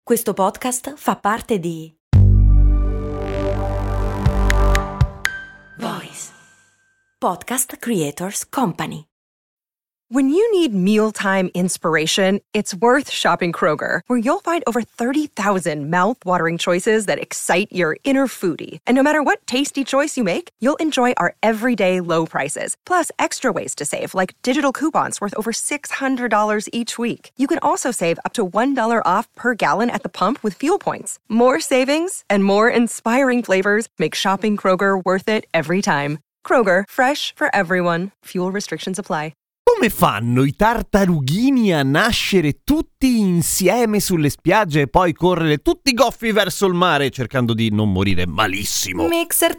Questo podcast fa parte di Voice Podcast Creators Company. When you need mealtime inspiration, it's worth shopping Kroger, where you'll find over 30,000 mouth-watering choices that excite your inner foodie. And no matter what tasty choice you make, you'll enjoy our everyday low prices, plus extra ways to save, like digital coupons worth over $600 each week. You can also save up to $1 off per gallon at the pump with fuel points. More savings and more inspiring flavors make shopping Kroger worth it every time. Kroger, fresh for everyone. Fuel restrictions apply. Come fanno i tartarughini a nascere tutti insieme sulle spiagge e poi correre tutti goffi verso il mare cercando di non morire malissimo? Mixer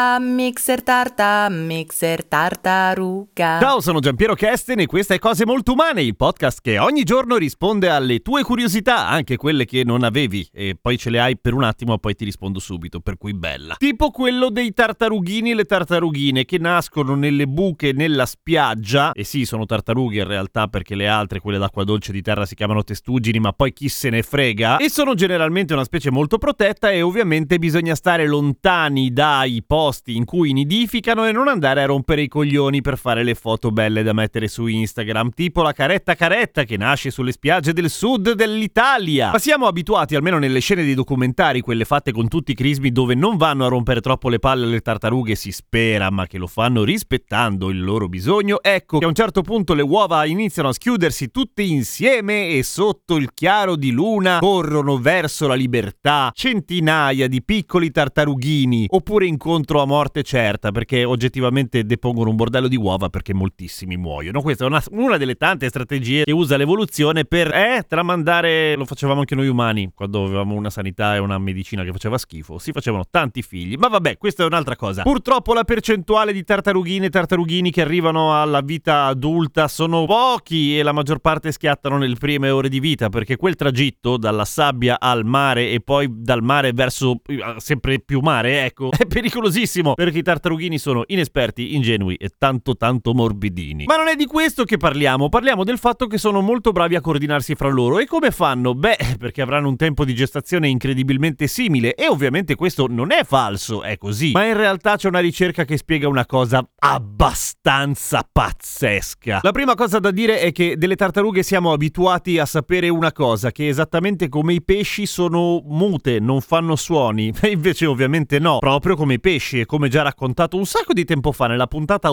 tartaruga. Ciao, sono Giampiero Kesten e questa è Cose Molto Umane, il podcast che ogni giorno risponde alle tue curiosità, anche quelle che non avevi, e poi ce le hai per un attimo e poi ti rispondo subito, per cui bella. Tipo quello dei tartarughini e le tartarughine che nascono nelle buche nella spiaggia, e sì, sono tartarughe in realtà perché le altre, quelle d'acqua dolce di terra, si chiamano testuggini, ma poi chi se ne frega, e sono generalmente una specie molto protetta e ovviamente bisogna stare lontani dai posti in cui nidificano e non andare a rompere i coglioni per fare le foto belle da mettere su Instagram, tipo la caretta che nasce sulle spiagge del sud dell'Italia. Ma siamo abituati, almeno nelle scene dei documentari, quelle fatte con tutti i crismi dove non vanno a rompere troppo le palle alle tartarughe, si spera, ma che lo fanno rispettando il loro bisogno, ecco che a un certo punto le uova iniziano a schiudersi tutte insieme e sotto il chiaro di luna corrono verso la libertà centinaia di piccoli tartarughini, oppure incontro a morte certa perché oggettivamente depongono un bordello di uova perché moltissimi muoiono. Questa è una delle tante strategie che usa l'evoluzione per tramandare. Lo facevamo anche noi umani quando avevamo una sanità e una medicina che faceva schifo, si facevano tanti figli, ma vabbè, questa è un'altra cosa. Purtroppo la percentuale di tartarughine e tartarughini che arrivano alla vita adulta sono pochi e la maggior parte schiattano nelle prime ore di vita, perché quel tragitto dalla sabbia al mare e poi dal mare verso sempre più mare, ecco, è pericolosissimo perché i tartarughini sono inesperti, ingenui e tanto morbidini. Ma non è di questo che parliamo del fatto che sono molto bravi a coordinarsi fra loro. E come fanno? Beh, perché avranno un tempo di gestazione incredibilmente simile, e ovviamente questo non è falso, è così, ma in realtà c'è una ricerca che spiega una cosa abbastanza pazzesca. La prima cosa da dire è che delle tartarughe siamo abituati a sapere una cosa, che esattamente come i pesci sono mute, non fanno suoni, e invece ovviamente no, proprio come i pesci, e come già raccontato un sacco di tempo fa nella puntata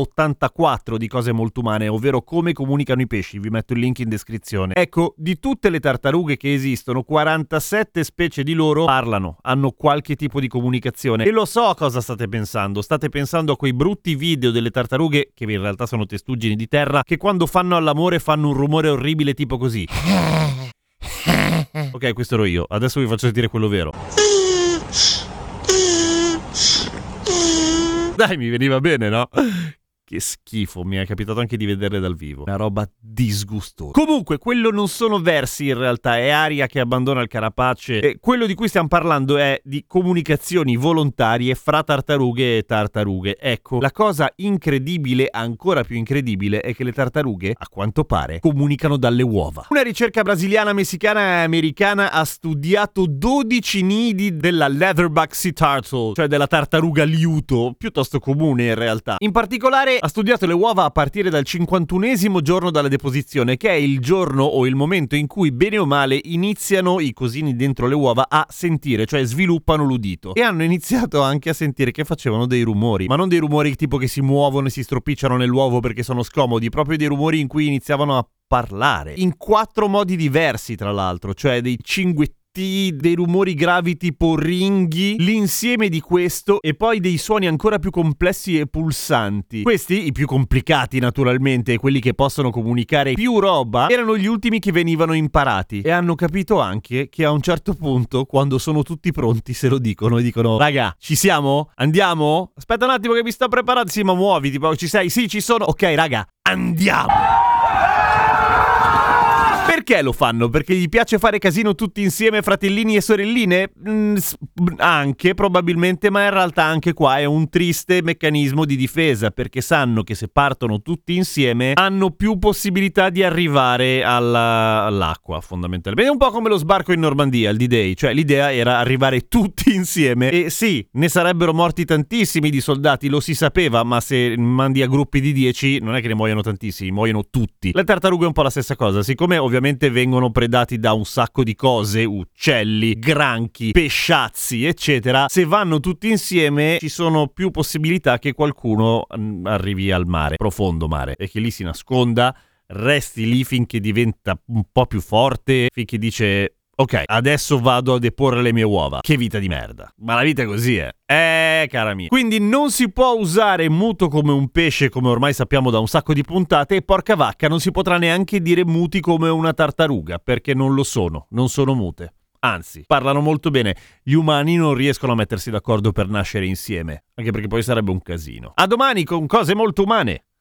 84 di Cose Molto Umane, ovvero come comunicano i pesci, vi metto il link in descrizione. Ecco, di tutte le tartarughe che esistono, 47 specie di loro parlano, hanno qualche tipo di comunicazione, e lo so cosa state pensando a quei brutti video delle tartarughe, che in realtà sono testuggini di terra, che quando fanno all'amore fanno un rumore orribile tipo così. Ok, questo ero io, adesso vi faccio sentire quello vero. Dai, mi veniva bene, no? Che schifo, mi è capitato anche di vederle dal vivo. Una roba disgustosa. Comunque, quello non sono versi in realtà, è aria che abbandona il carapace. E quello di cui stiamo parlando è di comunicazioni volontarie fra tartarughe e tartarughe. Ecco, la cosa incredibile, ancora più incredibile, è che le tartarughe, a quanto pare, comunicano dalle uova. Una ricerca brasiliana, messicana e americana ha studiato 12 nidi della leatherback sea turtle, cioè della tartaruga liuto, piuttosto comune in realtà. In particolare ha studiato le uova a partire dal 51esimo giorno dalla deposizione, che è il giorno o il momento in cui bene o male iniziano i cosini dentro le uova a sentire, cioè sviluppano l'udito, e hanno iniziato anche a sentire che facevano dei rumori, ma non dei rumori tipo che si muovono e si stropicciano nell'uovo perché sono scomodi, proprio dei rumori in cui iniziavano a parlare, in 4 modi diversi tra l'altro, cioè dei cinguetti, dei rumori gravi tipo ringhi, l'insieme di questo e poi dei suoni ancora più complessi e pulsanti. Questi, i più complicati naturalmente, e quelli che possono comunicare più roba, erano gli ultimi che venivano imparati, e hanno capito anche che a un certo punto, quando sono tutti pronti, se lo dicono e dicono: raga, ci siamo? Andiamo? Aspetta un attimo che mi sto preparando. Sì, ma muovi, tipo, ci sei? Sì, ci sono. Ok, raga, andiamo! Perché lo fanno? Perché gli piace fare casino tutti insieme, fratellini e sorelline? Anche, probabilmente, ma in realtà anche qua è un triste meccanismo di difesa, perché sanno che se partono tutti insieme hanno più possibilità di arrivare all'acqua, fondamentalmente. È un po' come lo sbarco in Normandia, il D-Day, cioè l'idea era arrivare tutti insieme e sì, ne sarebbero morti tantissimi di soldati, lo si sapeva, ma se mandi a gruppi di 10 non è che ne muoiono tantissimi, muoiono tutti. Le tartarughe è un po' la stessa cosa, siccome ovviamente vengono predati da un sacco di cose, uccelli, granchi, pesciazzi, eccetera, se vanno tutti insieme ci sono più possibilità che qualcuno arrivi al mare, profondo mare, e che lì si nasconda, resti lì finché diventa un po' più forte, finché dice ok, adesso vado a deporre le mie uova. Che vita di merda. Ma la vita è così, cara mia. Quindi non si può usare muto come un pesce, come ormai sappiamo da un sacco di puntate, e porca vacca, non si potrà neanche dire muti come una tartaruga, perché non lo sono, non sono mute. Anzi, parlano molto bene. Gli umani non riescono a mettersi d'accordo per nascere insieme, anche perché poi sarebbe un casino. A domani con cose molto umane.